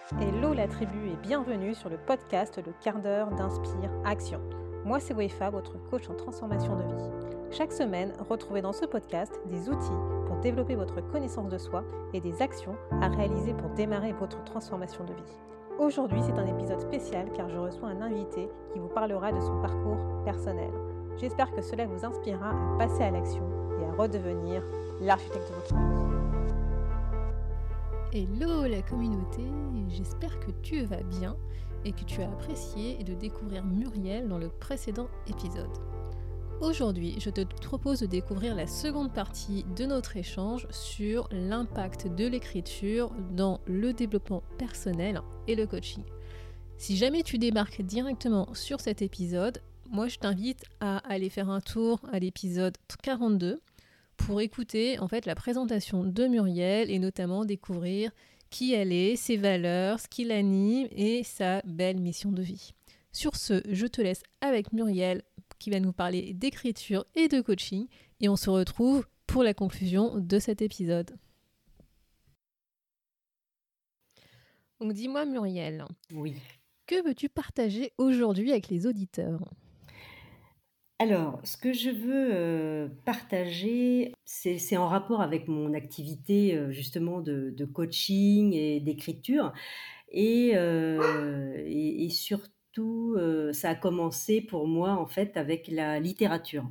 Hello la tribu et bienvenue sur le podcast Le quart d'heure d'Inspire Action. Moi c'est Wefa, votre coach en transformation de vie. Chaque semaine, retrouvez dans ce podcast des outils pour développer votre connaissance de soi et des actions à réaliser pour démarrer votre transformation de vie. Aujourd'hui c'est un épisode spécial car je reçois un invité qui vous parlera de son parcours personnel. J'espère que cela vous inspirera à passer à l'action et à redevenir l'architecte de votre vie. Hello la communauté, j'espère que tu vas bien et que tu as apprécié de découvrir Muriel dans le précédent épisode. Aujourd'hui, je te propose de découvrir la seconde partie de notre échange sur l'impact de l'écriture dans le développement personnel et le coaching. Si jamais tu débarques directement sur cet épisode, moi je t'invite à aller faire un tour à l'épisode 42 pour écouter en fait la présentation de Muriel et notamment découvrir qui elle est, ses valeurs, ce qui l'anime et sa belle mission de vie. Sur ce, je te laisse avec Muriel qui va nous parler d'écriture et de coaching et on se retrouve pour la conclusion de cet épisode. Donc dis-moi Muriel, Oui. que veux-tu partager aujourd'hui avec les auditeurs ? Alors, ce que je veux partager, c'est en rapport avec mon activité justement de coaching et d'écriture. Et surtout, ça a commencé pour moi en fait avec la littérature.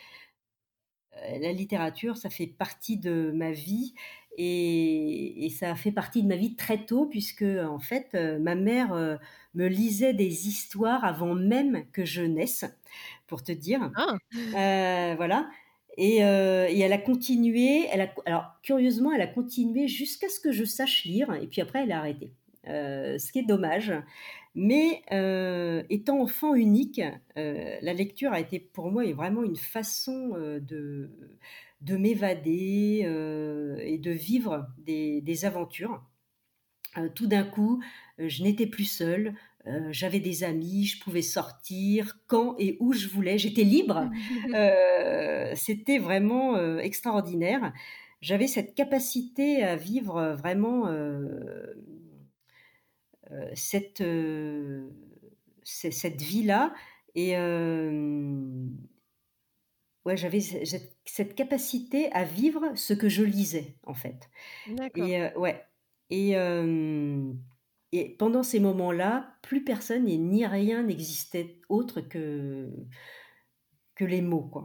La littérature, ça fait partie de ma vie et ça a fait partie de ma vie très tôt puisque en fait, ma mère me lisait des histoires avant même que je naisse, pour te dire. Ah, Voilà. Et elle a continué, alors curieusement, elle a continué jusqu'à ce que je sache lire et puis après elle a arrêté. Ce qui est dommage. Mais étant enfant unique, la lecture a été pour moi vraiment une façon, de m'évader, et de vivre des aventures. Tout d'un coup, je n'étais plus seule, j'avais des amis, je pouvais sortir quand et où je voulais, j'étais libre. C'était vraiment, extraordinaire. J'avais cette capacité à vivre, vraiment, cette, cette vie-là et ouais, j'avais cette capacité à vivre ce que je lisais, en fait. d'accord. Et ouais et hem et pendant ces moments-là, plus personne et ni rien n'existait autre que les mots, quoi.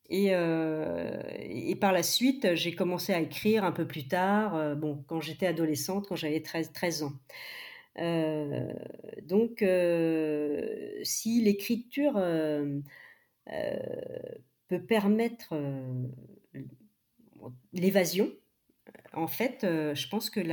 Et par la suite, j'ai commencé à écrire un peu plus tard, bon, quand j'étais adolescente, quand j'avais 13 ans. Heu, donc si l'écriture, heu, peut permettre, l'évasion, en fait, je pense que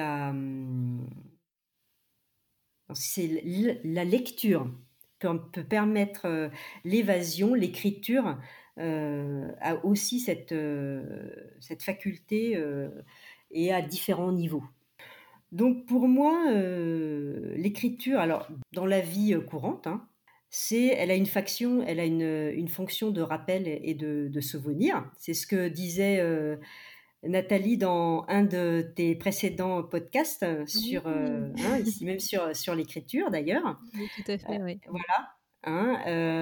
c'est la lecture peut permettre, l'évasion, l'écriture, a aussi cette faculté, et à différents niveaux. Donc pour moi, l'écriture, alors dans la vie, courante, hein, elle a une fonction de rappel et de souvenir. C'est ce que disait, Nathalie dans un de tes précédents podcasts, sur, Oui, hein, ici même sur l'écriture d'ailleurs. oui, tout à fait, oui. Voilà, hein,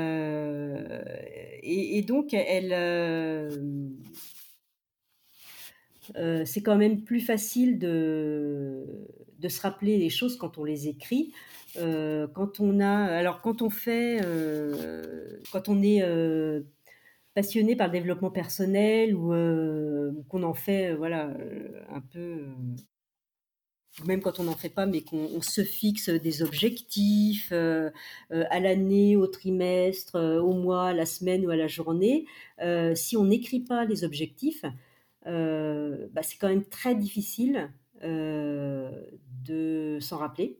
et donc elle, c'est quand même plus facile de se rappeler les choses quand on les écrit. Quand on est, passionné par le développement personnel ou qu'on en fait, voilà, un peu, ou même quand on n'en fait pas, mais qu'on se fixe des objectifs, à l'année, au trimestre, au mois, à la semaine ou à la journée. Si on n'écrit pas les objectifs, bah, c'est quand même très difficile, de s'en rappeler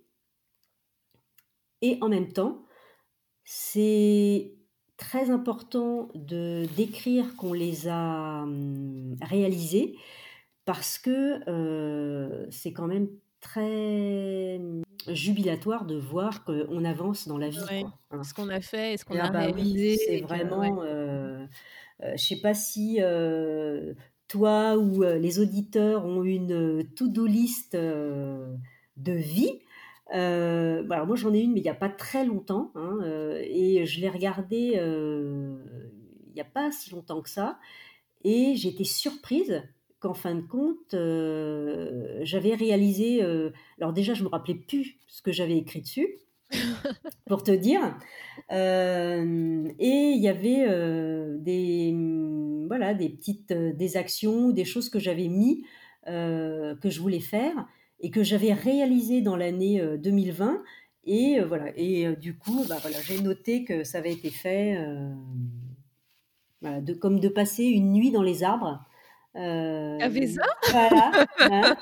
et en même temps, c'est très important d'écrire qu'on les a, réalisés parce que, c'est quand même très, jubilatoire de voir qu'on avance dans la vie, Ouais. quoi, hein. Ce qu'on a fait et ce qu'on Et ah a bah oui, réalisé c'est et que ouais. vraiment, je sais pas si, toi ou les auditeurs ont une, to-do list, de vie. Bah, alors moi j'en ai une, mais il y a pas très longtemps, hein, et je l'ai regardée, il y a pas si longtemps que ça et j'étais surprise qu'en fin de compte, j'avais réalisé, alors déjà je me rappelais plus ce que j'avais écrit dessus, pour te dire. Et il y avait, voilà, des petites, des actions, des choses que j'avais mis, que je voulais faire et que j'avais réalisées dans l'année, 2020 et voilà et du coup, bah, voilà, j'ai noté que ça avait été fait, voilà, comme de passer une nuit dans les arbres. Tu avais ça? Voilà, hein,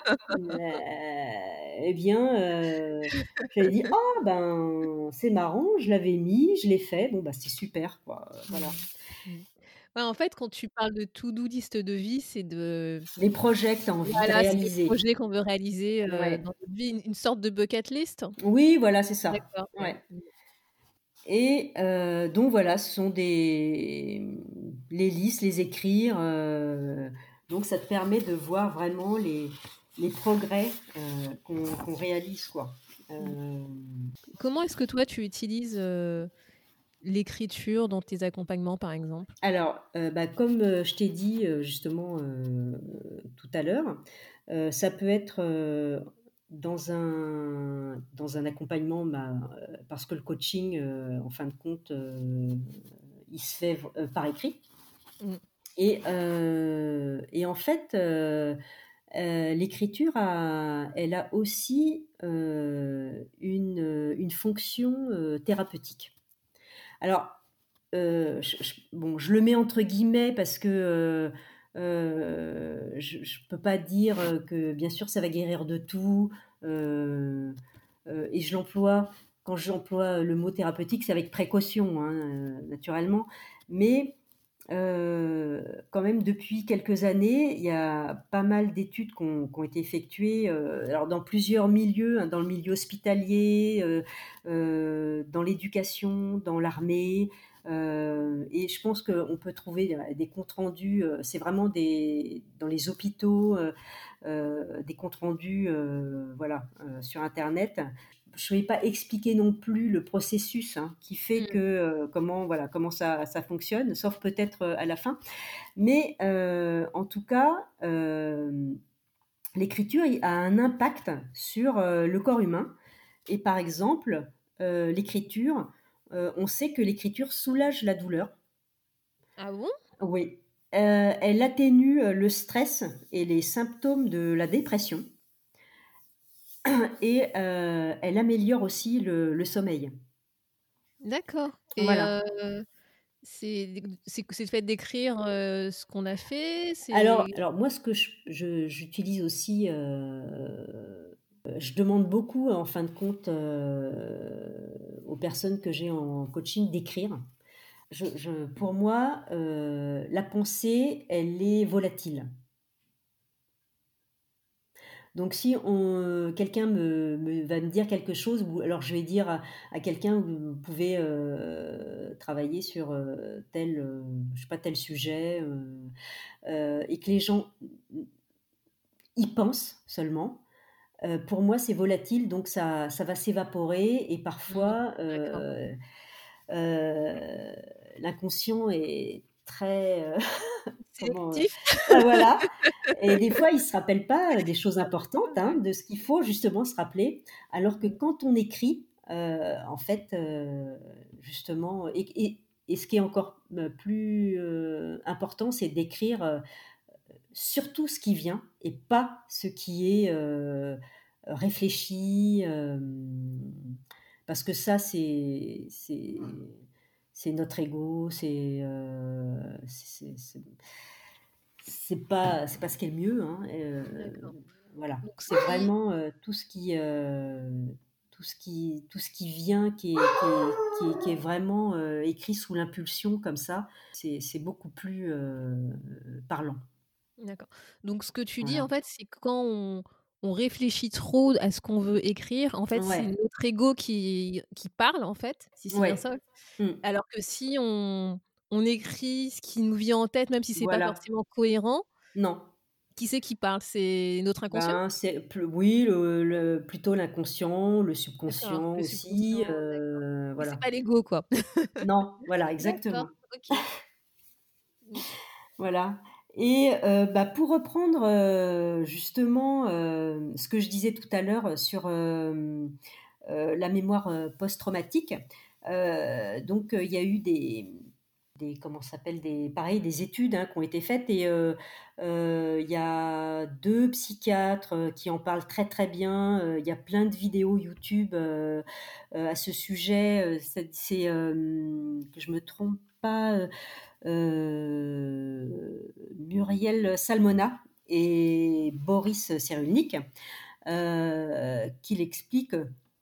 et bien, j'avais dit: «Ah ben, c'est marrant, je l'avais mis, je l'ai fait, bon bah, c'est super quoi», voilà. Mmh. Mmh. Ouais, en fait, quand tu parles de to-do list de vie, c'est Les projets que tu as envie de voilà, c'est les réaliser. projets qu'on veut réaliser, Ouais. dans notre vie, une sorte de bucket list? Oui, voilà, c'est ça. D'accord, ouais. Ouais et donc voilà, ce sont les listes, les écrire, donc ça te permet de voir vraiment les progrès, qu'on réalise quoi. Mmh. Hem Comment est-ce que toi tu utilises, l'écriture dans tes accompagnements, par exemple? Alors, bah, comme, je t'ai dit, justement, tout à l'heure, ça peut être, dans un accompagnement, bah, parce que le coaching, en fin de compte, il se fait par écrit Mmh. et en fait, l'écriture elle a aussi, une fonction, thérapeutique. Alors, je le mets entre guillemets parce que, je peux pas dire, que bien sûr ça va guérir de tout, heu et je l'emploie quand j'emploie le mot thérapeutique, c'est avec précaution, hein, naturellement. Mais, quand même depuis quelques années, il y a pas mal d'études qui ont été effectuées, alors dans plusieurs milieux, hein, dans le milieu hospitalier, dans l'éducation, dans l'armée, et je pense qu'on peut trouver, des comptes rendus, c'est vraiment dans les hôpitaux, des comptes rendus, voilà, sur internet. Je ne vais pas expliquer non plus le processus, hein, qui fait que, Mmh. comment ça fonctionne, sauf peut-être, à la fin. Mais, en tout cas, l'écriture a un impact sur, le corps humain et par exemple, l'écriture, on sait que l'écriture soulage la douleur. Ah bon? Oui, elle atténue, le stress et les symptômes de la dépression et elle améliore aussi le sommeil. D'accord et Voilà. c'est le fait d'écrire, ce qu'on a fait? C'est Alors moi ce que j'utilise aussi, je demande beaucoup en fin de compte, aux personnes que j'ai en coaching d'écrire. Pour moi, la pensée, elle est volatile. Donc si quelqu'un va me dire quelque chose ou alors je vais dire à quelqu'un: «Vous pouvez, travailler sur, tel, je sais pas, tel sujet», et que les gens y pensent seulement. Pour moi, c'est volatile, donc ça va s'évaporer et mmh, parfois, d'accord. heu, l'inconscient est très, comment, Sélectif? voilà et des fois, il se rappelle pas, des choses importantes, hein, de ce qu'il faut justement se rappeler. Alors que Mmh. quand on écrit, en fait, justement et ce qui est encore, plus, important, c'est d'écrire, surtout ce qui vient et pas ce qui est, réfléchi, parce que ça, c'est notre ego, c'est pas ce qui est le mieux, hein, D'accord. voilà. Donc C'est si vraiment, tout ce qui vient, qui est vraiment, écrit sous l'impulsion comme ça, c'est beaucoup plus, parlant. d'accord. Donc ce que tu dis, en Voilà. fait, c'est que quand on réfléchit trop à ce qu'on veut écrire, en fait, c'est Ouais, notre ego qui parle, en fait, si c'est bien ouais. ça? Mmh. Alors que si on écrit ce qui nous vient en tête, même si c'est pas Voilà. forcément cohérent, Non. Qui c'est qui parle? C'est notre inconscient? Ben, oui, plutôt l'inconscient, le D'accord, subconscient le aussi, subconscient, d'accord. Mais c'est voilà. pas l'ego, quoi. Non, voilà, D'accord, exactement. OK. Mmh. Voilà et bah, pour reprendre, justement, ce que je disais tout à l'heure sur, la mémoire, post-traumatique, donc il y a eu des comment ça s'appelle? Des études, hein, qui ont été faites et il y a 2 psychiatres, qui en parlent très, très bien, il y a plein de vidéos YouTube, à ce sujet, que je me trompe pas, Muriel Salmona et Boris Cyrulnik, qui l'expliquent.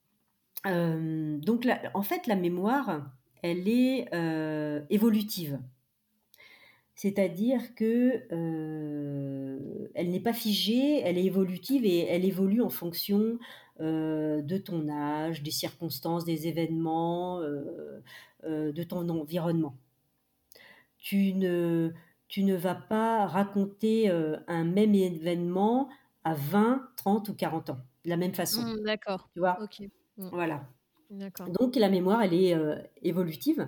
Donc en fait, la mémoire, elle est, évolutive. C'est-à-dire que, elle n'est pas figée, elle est évolutive et elle évolue en fonction, de ton âge, des circonstances, des événements, de ton environnement. Tu ne tu ne vas pas raconter, un même événement à 20, 30 ou 40 ans, de la même façon, D'accord. tu vois? OK. Mmh. Voilà. D'accord. Donc la mémoire, elle est, évolutive.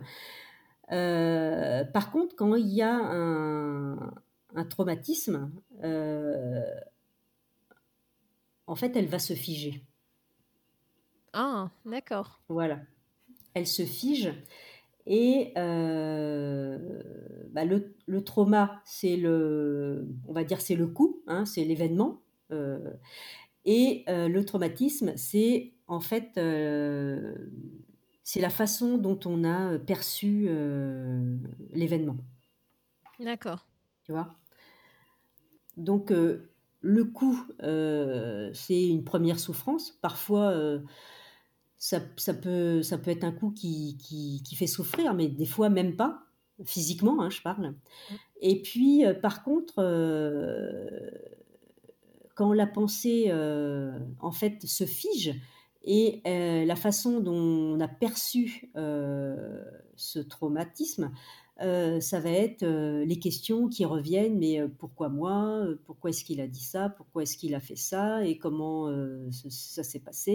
Par contre, quand il y a un traumatisme, en fait, elle va se figer. Ah! D'accord. Voilà. Elle se fige et bah, le trauma, on va dire, c'est le coup, hein, c'est l'événement, heu et le traumatisme, c'est en fait, c'est la façon dont on a, perçu, l'événement, D'accord. tu vois? Donc le coup, c'est une première souffrance. Parfois, ça peut être un coup qui fait souffrir, mais des fois même pas, physiquement, hein, je parle. Mmh. Et puis, par contre, quand la pensée, en fait, se fige et la façon dont on a perçu, ce traumatisme, ça va être, les questions qui reviennent: «Mais, pourquoi moi? Pourquoi est-ce qu'il a dit ça? Pourquoi est-ce qu'il a fait ça? Et comment, ça s'est passé?»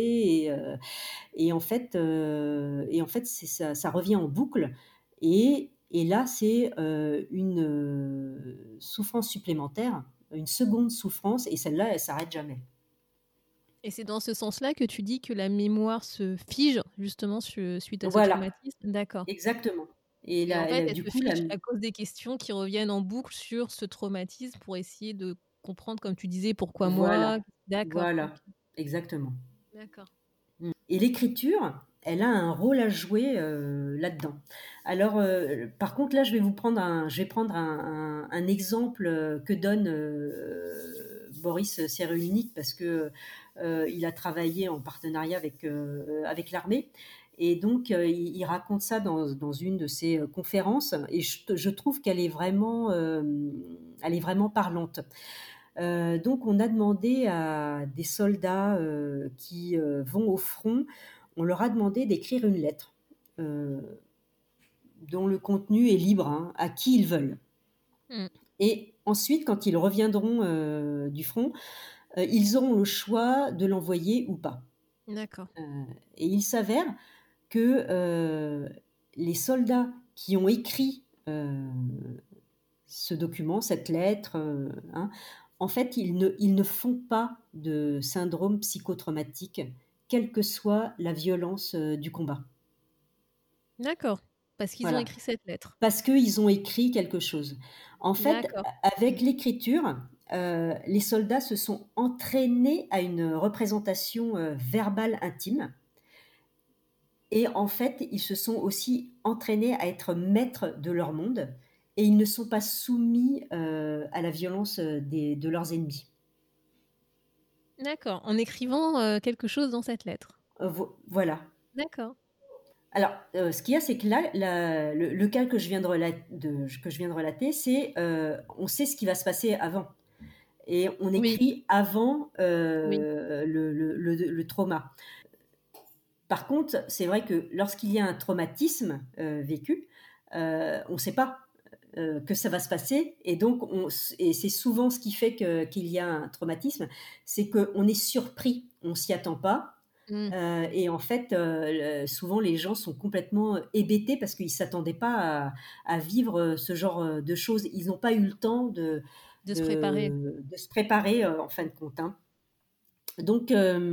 et en fait, c'est ça revient en boucle et là, c'est, une, souffrance supplémentaire, une seconde souffrance et celle-là, elle s'arrête jamais. Et c'est dans ce sens-là que tu dis que la mémoire se fige, justement, suite à ce Voilà, traumatisme? D'accord. exactement et Et en là fait, là, elle du se coup, la fige à cause des questions qui reviennent en boucle sur ce traumatisme pour essayer de comprendre, comme tu disais: «Pourquoi moi?» voilà, D'accord, OK, voilà, exactement. d'accord. Et l'écriture, elle a un rôle à jouer, là-dedans. Alors, par contre, là, je vais prendre un exemple, que donne, Boris Cyrulnik parce que, il a travaillé en partenariat avec l'armée et donc, il raconte ça dans une de ses, conférences et je trouve qu'elle est vraiment, elle est vraiment parlante. Donc on a demandé à des soldats, qui, vont au front, on leur a demandé d'écrire une lettre, heu, dont le contenu est libre, hein, à qui ils veulent Mmh. et ensuite quand ils reviendront, du front, ils auront le choix de l'envoyer ou pas. D'accord. Heu et il s'avère que, les soldats qui ont écrit, ce document, cette lettre, hein, en fait, ils ne font pas de syndrome psychotraumatique, quelle que soit la violence, du combat. D'accord. Parce qu'ils ont Voilà, écrit cette lettre. parce qu'ils ont écrit quelque chose. En fait, D'accord. avec Mmh. l'écriture, les soldats se sont entraînés à une représentation, verbale intime et en fait, ils se sont aussi entraînés à être maîtres de leur monde et ils ne sont pas soumis, à la violence, de leurs ennemis. D'accord. En écrivant, quelque chose dans cette lettre. Voilà. D'accord. Alors, ce qu'il y a, c'est que là, le cas que je viens de relater, c'est, on sait ce qui va se passer avant et on Oui, écrit avant, oui. le trauma. Par contre, c'est vrai que lorsqu'il y a un traumatisme, vécu, on ne sait pas. que ça va se passer. Et donc, et c'est souvent ce qui fait qu'il y a un traumatisme, c'est qu'on est surpris, on s'y attend pas. Mmh. Et en fait, souvent les gens sont complètement hébétés parce qu'ils s'attendaient pas à vivre ce genre de choses. Ils n'ont pas eu le temps De se préparer. de se préparer en fin de compte, hein. Donc,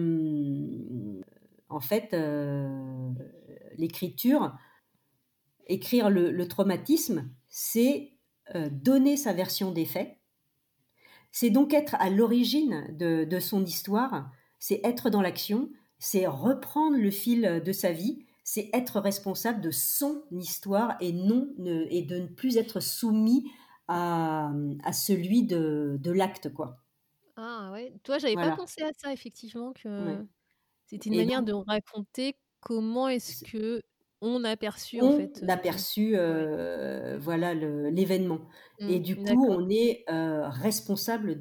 en fait, l'écriture, écrire le traumatisme, c'est donner sa version des faits. C'est donc être à l'origine de son histoire, c'est être dans l'action, c'est reprendre le fil de sa vie, c'est être responsable de son histoire et de ne plus être soumis à celui de l'acte, quoi. Ah ouais, toi, j'avais pas Voilà, pensé à ça effectivement, ouais. que c'était une Et manière donc, de raconter comment est-ce c que on a perçu en on fait, a perçu, ouais. voilà l'événement, et du coup, D'accord. on est, responsable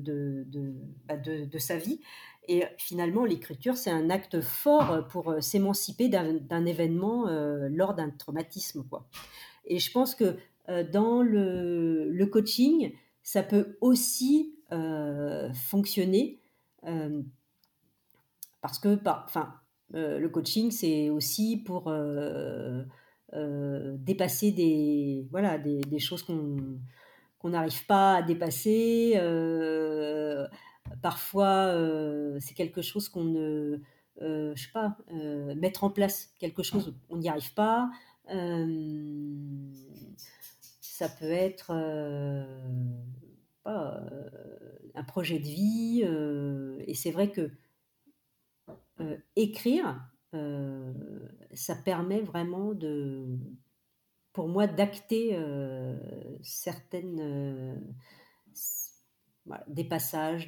de sa vie, et finalement, l'écriture, c'est un acte fort, pour, s'émanciper d'un événement, lors d'un traumatisme, quoi. Et je pense que, dans le coaching, ça peut aussi, fonctionner, hem, parce que enfin, le coaching, c'est aussi pour, dépasser des choses qu'on n'arrive pas à dépasser, parfois, c'est quelque chose qu'on ne je sais pas, mettre en place quelque chose, on n'y arrive pas. Hem, Ça peut être, pas, un projet de vie, et c'est vrai que, écrire, heu, ça permet vraiment pour moi, d'acter, certaines, s voilà, des passages,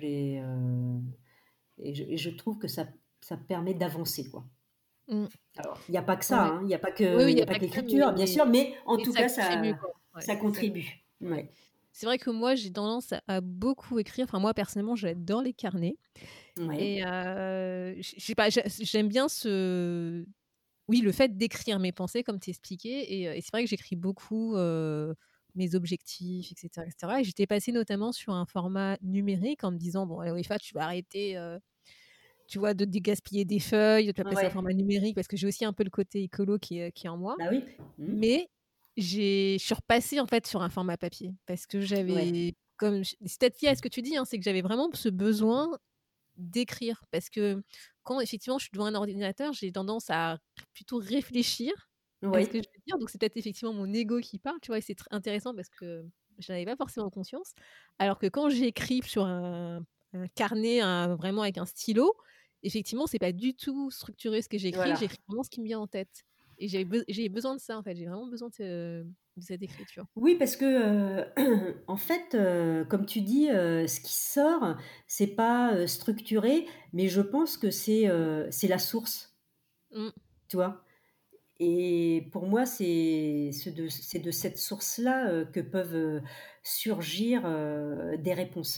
et je trouve que ça permet d'avancer, quoi. Mmh. Alors, il y a pas que ça, Ouais. hein, Oui, oui, il il y y a a pas pas que que ça, mais l'écriture, bien sûr, mais en tout ça cas, contribue quoi. Ouais, ça ça contribue. ouais. Ouais, C'est vrai que moi, j'ai tendance à beaucoup écrire. Enfin, moi, personnellement, j'adore les carnets ouais, et je sais pas, j'aime bien oui, le fait d'écrire mes pensées comme tu expliquais et c'est vrai que j'écris beaucoup, mes objectifs et cetera et j'étais passée notamment sur un format numérique en me disant: «Bon, allez, Wefa, tu vas arrêter, tu vois, de gaspiller des feuilles, tu vas passer à un ouais, format numérique», parce que j'ai aussi un peu le côté écolo qui est en moi. bah oui. Mmh. Mais je suis repassée, en fait, sur un format papier parce que Ouais, j'avais comme c'est peut-être lié à ce que tu dis, hein, c'est que j'avais vraiment ce besoin d'écrire parce que quand effectivement je suis devant un ordinateur, j'ai tendance à plutôt réfléchir à ce ouais, que je vais dire, donc c'est peut-être effectivement mon ego qui parle, tu vois? Et c'est intéressant parce que je n'en avais pas forcément conscience. Alors que quand j'écris sur un carnet, vraiment avec un stylo, effectivement, c'est pas du tout structuré ce que voilà. j'écris vraiment ce qui me vient en tête et j'ai besoin de ça, en fait, j'ai vraiment besoin de cette écriture. Oui, parce que, en fait, comme tu dis, ce qui sort, c'est pas, structuré, mais je pense que c'est la source, Mmh. tu vois? Et pour moi, c'est de cette source-là, que peuvent, surgir, des réponses.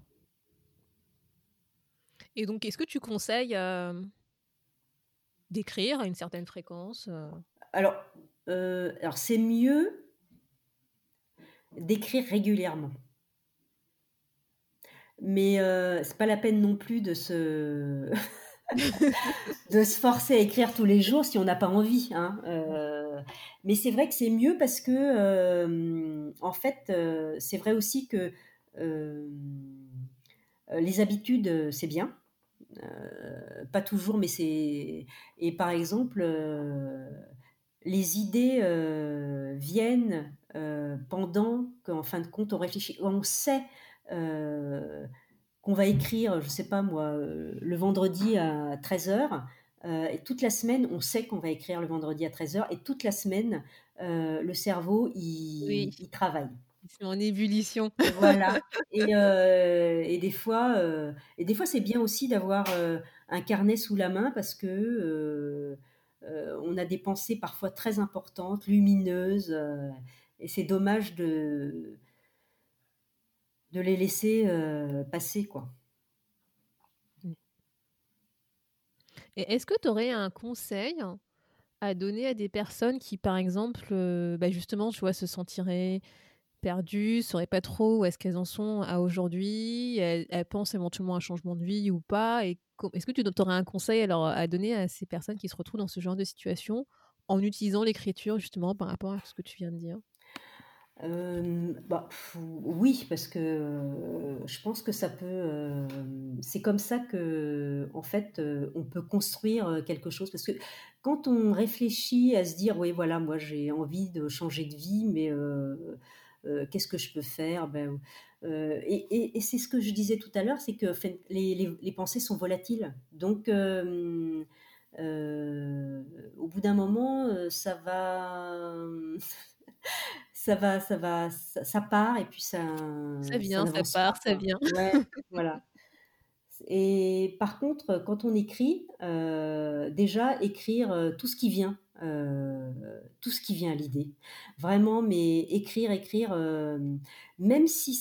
Et donc est-ce que tu conseilles, d'écrire à une certaine fréquence, Alors, alors c'est mieux d'écrire régulièrement, mais, c'est pas la peine non plus de se forcer à écrire tous les jours si on n'a pas envie, hein, mais c'est vrai que c'est mieux parce que, en fait, c'est vrai aussi que, les habitudes, c'est bien. Pas toujours, mais c'est et par exemple, les idées, viennent, pendant qu'en fin de compte on réfléchit. On sait, heu, qu'on va écrire, je sais pas moi, le vendredi à 13h, et toute la semaine, on sait qu'on va écrire le vendredi à 13h, et toute la semaine, le cerveau, oui, il travaille. ils sont en ébullition. Voilà, et des fois, c'est bien aussi d'avoir, un carnet sous la main parce que, on a des pensées parfois très importantes, lumineuses, et c'est dommage de les laisser, passer, quoi. Mmh. Et est-ce que tu aurais un conseil à donner à des personnes qui, par exemple, bah, justement, tu vois, se sentiraient perdues, ne sauraient pas trop où est-ce qu'elles en sont à aujourd'hui, elles pensent éventuellement à un changement de vie ou pas et est-ce que tu aurais un conseil alors à donner à ces personnes qui se retrouvent dans ce genre de situation en utilisant l'écriture justement par rapport à ce que tu viens de dire? Oui, parce que, je pense que ça peut, c'est comme ça que, en fait, on peut construire, quelque chose. Parce que quand on réfléchit à se dire: «Oui, voilà, moi j'ai envie de changer de vie, mais qu'est-ce que je peux faire?» Et c'est ce que je disais tout à l'heure, c'est que fait les pensées sont volatiles. Donc heu, au bout d'un moment, ça va, ça part et puis Ça ça vient, ça n'avance part, pas, ça quoi. vient. Ouais, voilà. Et par contre, quand on écrit, déjà écrire, tout ce qui vient à l'idée. Vraiment, mais écrire, même si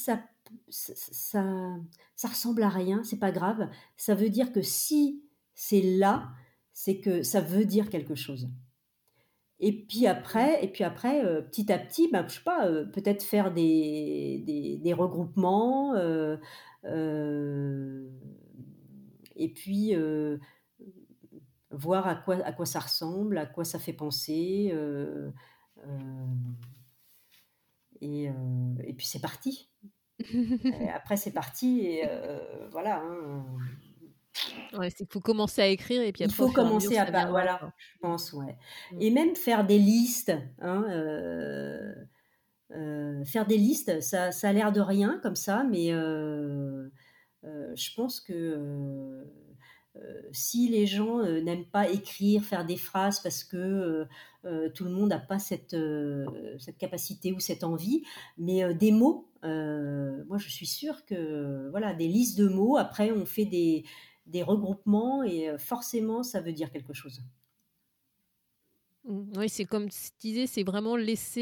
ça ressemble à rien, c'est pas grave. Ça veut dire que si c'est là, c'est que ça veut dire quelque chose. Et puis après, petit à petit, ben, je sais pas, peut-être faire des regroupements, heu et puis, voir à quoi ça ressemble, à quoi ça fait penser, et puis c'est parti. Et après c'est parti et voilà, hein, Ouais, c'est qu'il faut commencer à écrire et puis il après au faut fur et à mesure commencer à ça pas viendra voilà, quoi. je pense, ouais. Mmh. Et même faire des listes, hein, faire des listes, ça a l'air de rien comme ça, mais je pense que, si les gens, n'aiment pas écrire, faire des phrases parce que, tout le monde n'a pas cette capacité ou cette envie, mais des mots, moi je suis sûre que, voilà, des listes de mots, après on fait des regroupements et forcément ça veut dire quelque chose. Oui, c'est comme tu disais, c'est vraiment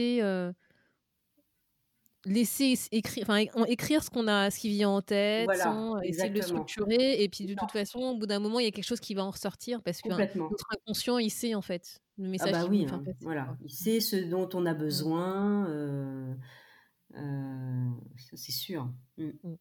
laisser écrire enfin, écrire ce qui vient en tête Voilà, sans essayer de le exactement. structurer et puis C'est de ça, toute façon, au bout d'un moment, il y a quelque chose qui va en ressortir parce que, complètement. notre inconscient, il sait en fait, le Ah message bah qu'il veut oui, nous faire hein, passer, voilà. quoi. Il sait ce dont on a Mmh, besoin, ça c'est sûr. Mmh. mmh,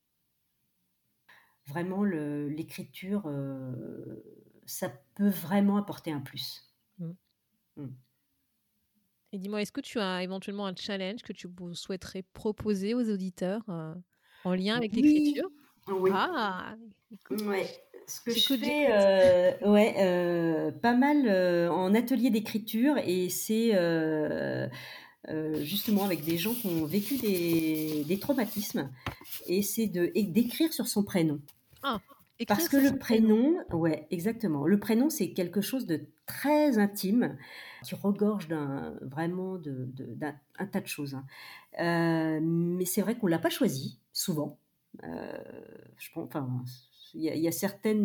Vraiment l'écriture, ça peut vraiment apporter un plus. mmh. Mmh. Et dis-moi, est-ce que tu as éventuellement un challenge que tu souhaiterais proposer aux auditeurs, en lien avec l'écriture? Oui, oui, Ah! Écoute, ouais. Ce que je j'écoute, fais, j'écoute. ouais, pas mal, en atelier d'écriture et c'est, justement avec des gens qui ont vécu des traumatismes et c'est d'écrire sur son prénom. Ah! Parce Écrire que sur le son prénom. prénom ouais, exactement. Le prénom, c'est quelque chose de très intime, qui regorge vraiment d'un un tas de choses, hein. Mais c'est vrai qu'on l'a pas choisi, souvent. Heu, je pen enfin, il y a certaines,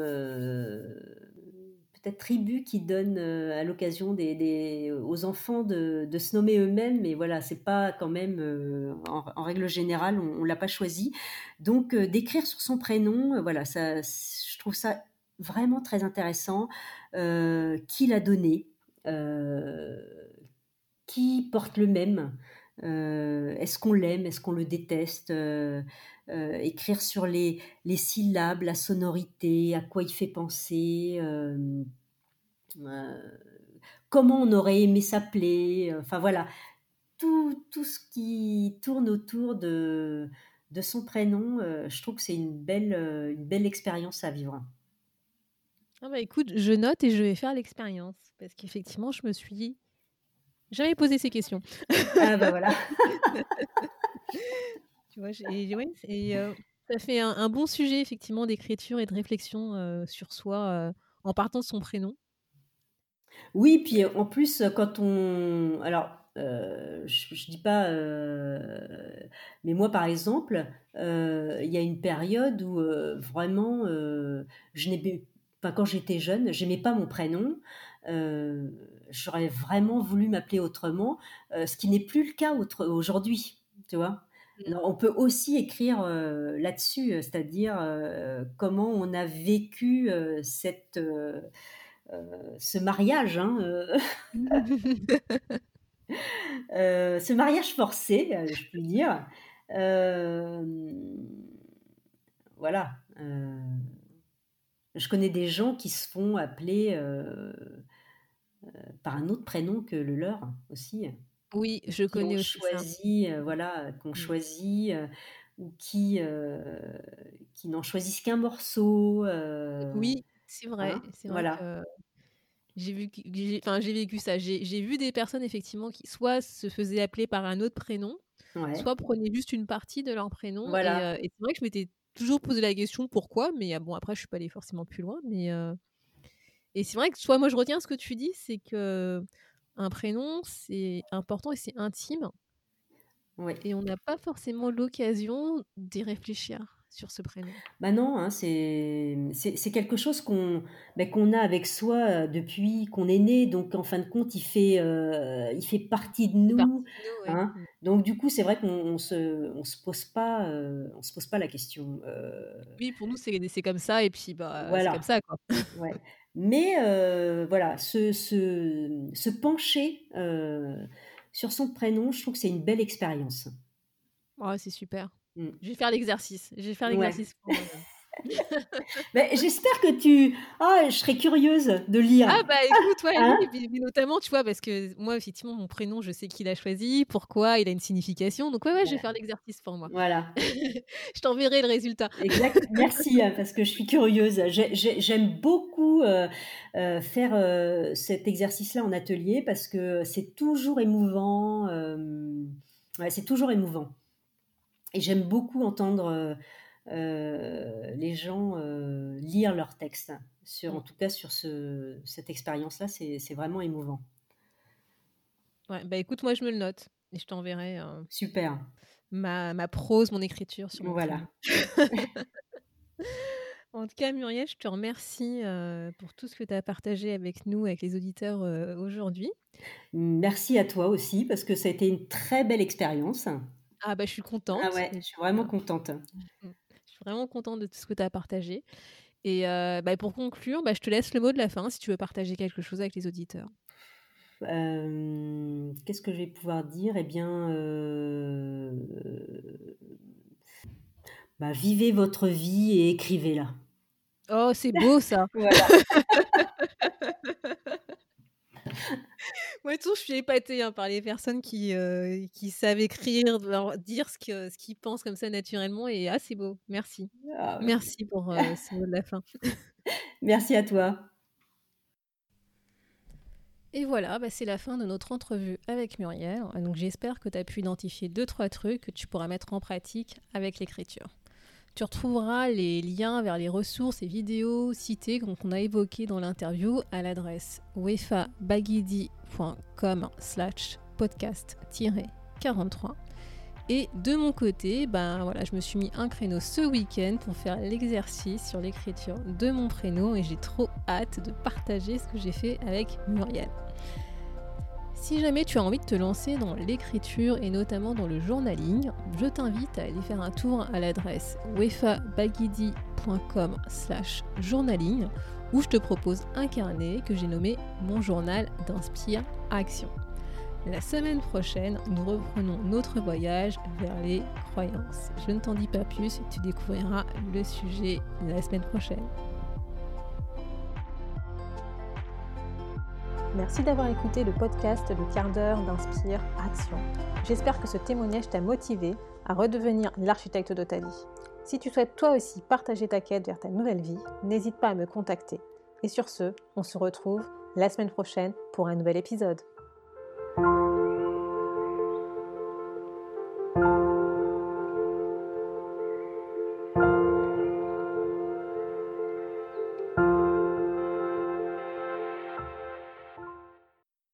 peut-être tribus qui donnent, à l'occasion aux enfants de se nommer eux-mêmes, mais voilà, c'est pas quand même, en règle générale, on l'a pas choisi. Donc d'écrire sur son prénom, voilà, ça je trouve ça vraiment très intéressant. Qui l'a donné? Heu, qui porte le même? Est-ce qu'on l'aime? Est-ce qu'on le déteste? Écrire sur les syllabes, la sonorité, à quoi il fait penser, comment on aurait aimé s'appeler, enfin voilà, tout ce qui tourne autour de son prénom, je trouve que c'est une belle expérience à vivre. Ah bah, écoute, je note et je vais faire l'expérience parce qu'effectivement, je me suis jamais posé ces questions. Ah bah voilà. Tu vois? Ouais, ça fait un bon sujet effectivement d'écriture et de réflexion, sur soi, en partant de son prénom. Oui, puis en plus, quand on alors, je dis pas, mais moi, par exemple, il y a une période où, vraiment, je n'aimais enfin, quand j'étais jeune, j'aimais pas mon prénom. J'aurais vraiment voulu m'appeler autrement, ce qui n'est plus le cas aujourd'hui, tu vois? Mmh. Alors on peut aussi écrire, là-dessus, c'est-à-dire, comment on a vécu, ce mariage, hein, Ce mariage forcé, je puis dire, hem, voilà, je connais des gens qui se font appeler, par un autre prénom que le leur aussi, Oui, je qui ont connais aussi ça. choisi, voilà, qui ont Mmh. choisi, ou qui n'en choisissent qu'un morceau, Oui, c'est vrai. hein, C'est vrai voilà, que j'ai vécu ça. J'ai vu des personnes effectivement qui soit se faisaient appeler par un autre prénom, ouais, soit prenaient juste une partie de leur prénom voilà. et c'est vrai que je m'étais toujours posé la question pourquoi, mais bon après je suis pas allée forcément plus loin, et c'est vrai que soit moi je retiens ce que tu dis, c'est que un prénom, c'est important et c'est intime Oui. et on n'a pas forcément l'occasion d'y réfléchir sur ce prénom. Bah, non, hein, c'est quelque chose qu'on a avec soi, depuis qu'on est né, donc en fin de compte, il fait partie de C'est nous, partie de nous, ouais. hein. Mmh. Donc du coup, c'est vrai on se pose pas la question, Oui, pour nous, c'est comme ça et puis, bah, c'est comme voilà, ça, quoi. ouais. Mais voilà, se pencher, sur son prénom, je trouve que c'est une belle expérience. Oh, c'est super. Mmh. Je vais faire l'exercice. Je vais faire Ouais. l'exercice pour moi-même. Beh, j'espère que je serais curieuse de Ah lire, bah, écoute, ouais, oui, hein? mais notamment, tu vois, parce que moi, effectivement, mon prénom, je sais qui l'a choisi, pourquoi, il a une signification, donc ouais, je vais Voilà, faire l'exercice pour moi. voilà. Je t'enverrai le résultat. Exact. Merci, parce que je suis curieuse. J'aime beaucoup, faire, cet exercice-là en atelier parce que c'est toujours émouvant, ouais, c'est toujours émouvant et j'aime beaucoup entendre, les gens, lire leurs textes en Mmh. tout cas sur cette expérience-là, c'est vraiment émouvant. Ouais, bah, écoute, moi, je me le note et je t'enverrai, Super, ma prose, mon écriture sur mon prénom. voilà. En tout cas, Muriel, je te remercie, pour tout ce que tu as partagé avec nous, avec les auditeurs, aujourd'hui. Merci à toi aussi parce que ça a été une très belle expérience. Ah bah, je suis Ah contente ouais, et je suis puis, vraiment contente. mmh, je suis vraiment contente de tout ce que tu as partagé et bah, pour conclure, bah, je te laisse le mot de la fin si tu veux partager quelque chose avec les auditeurs. Qu'est-ce que je vais pouvoir dire? Eh bien, bah, vivez votre vie et écrivez-la. Oh, c'est beau ça! Voilà. Moi, toujours, je suis épatée, hein, par les personnes qui savent écrire, leur dire ce qu'ils pensent comme ça naturellement et c'est beau. Merci. Ah, Merci pour, ce mot de la fin. merci à toi. Et voilà, bah, c'est la fin de notre entrevue avec Muriel. Donc j'espère que tu as pu identifier 2-3 trucs que tu pourras mettre en pratique avec l'écriture. Tu retrouveras les liens vers les ressources et vidéos citées qu'on a évoquées dans l'interview à l'adresse wefabagidi.com/podcast-43. Et de mon côté, ben voilà, je me suis mis un créneau ce week-end pour faire l'exercice sur l'écriture de mon prénom et j'ai trop hâte de partager ce que j'ai fait avec Muriel. Si jamais tu as envie de te lancer dans l'écriture et notamment dans le journaling, je t'invite à aller faire un tour à l'adresse wefabagidi.com/journaling où je te propose un carnet que j'ai nommé Mon journal d'Inspire Action. La semaine prochaine, nous reprenons notre voyage vers les croyances. Je ne t'en dis pas plus et tu découvriras le sujet la semaine prochaine. Merci d'avoir écouté le podcast Le quart d'heure d'Inspire Action. J'espère que ce témoignage t'a motivé à redevenir l'architecte de ta vie. Si tu souhaites toi aussi partager ta quête vers ta nouvelle vie, n'hésite pas à me contacter. Et sur ce, on se retrouve la semaine prochaine pour un nouvel épisode.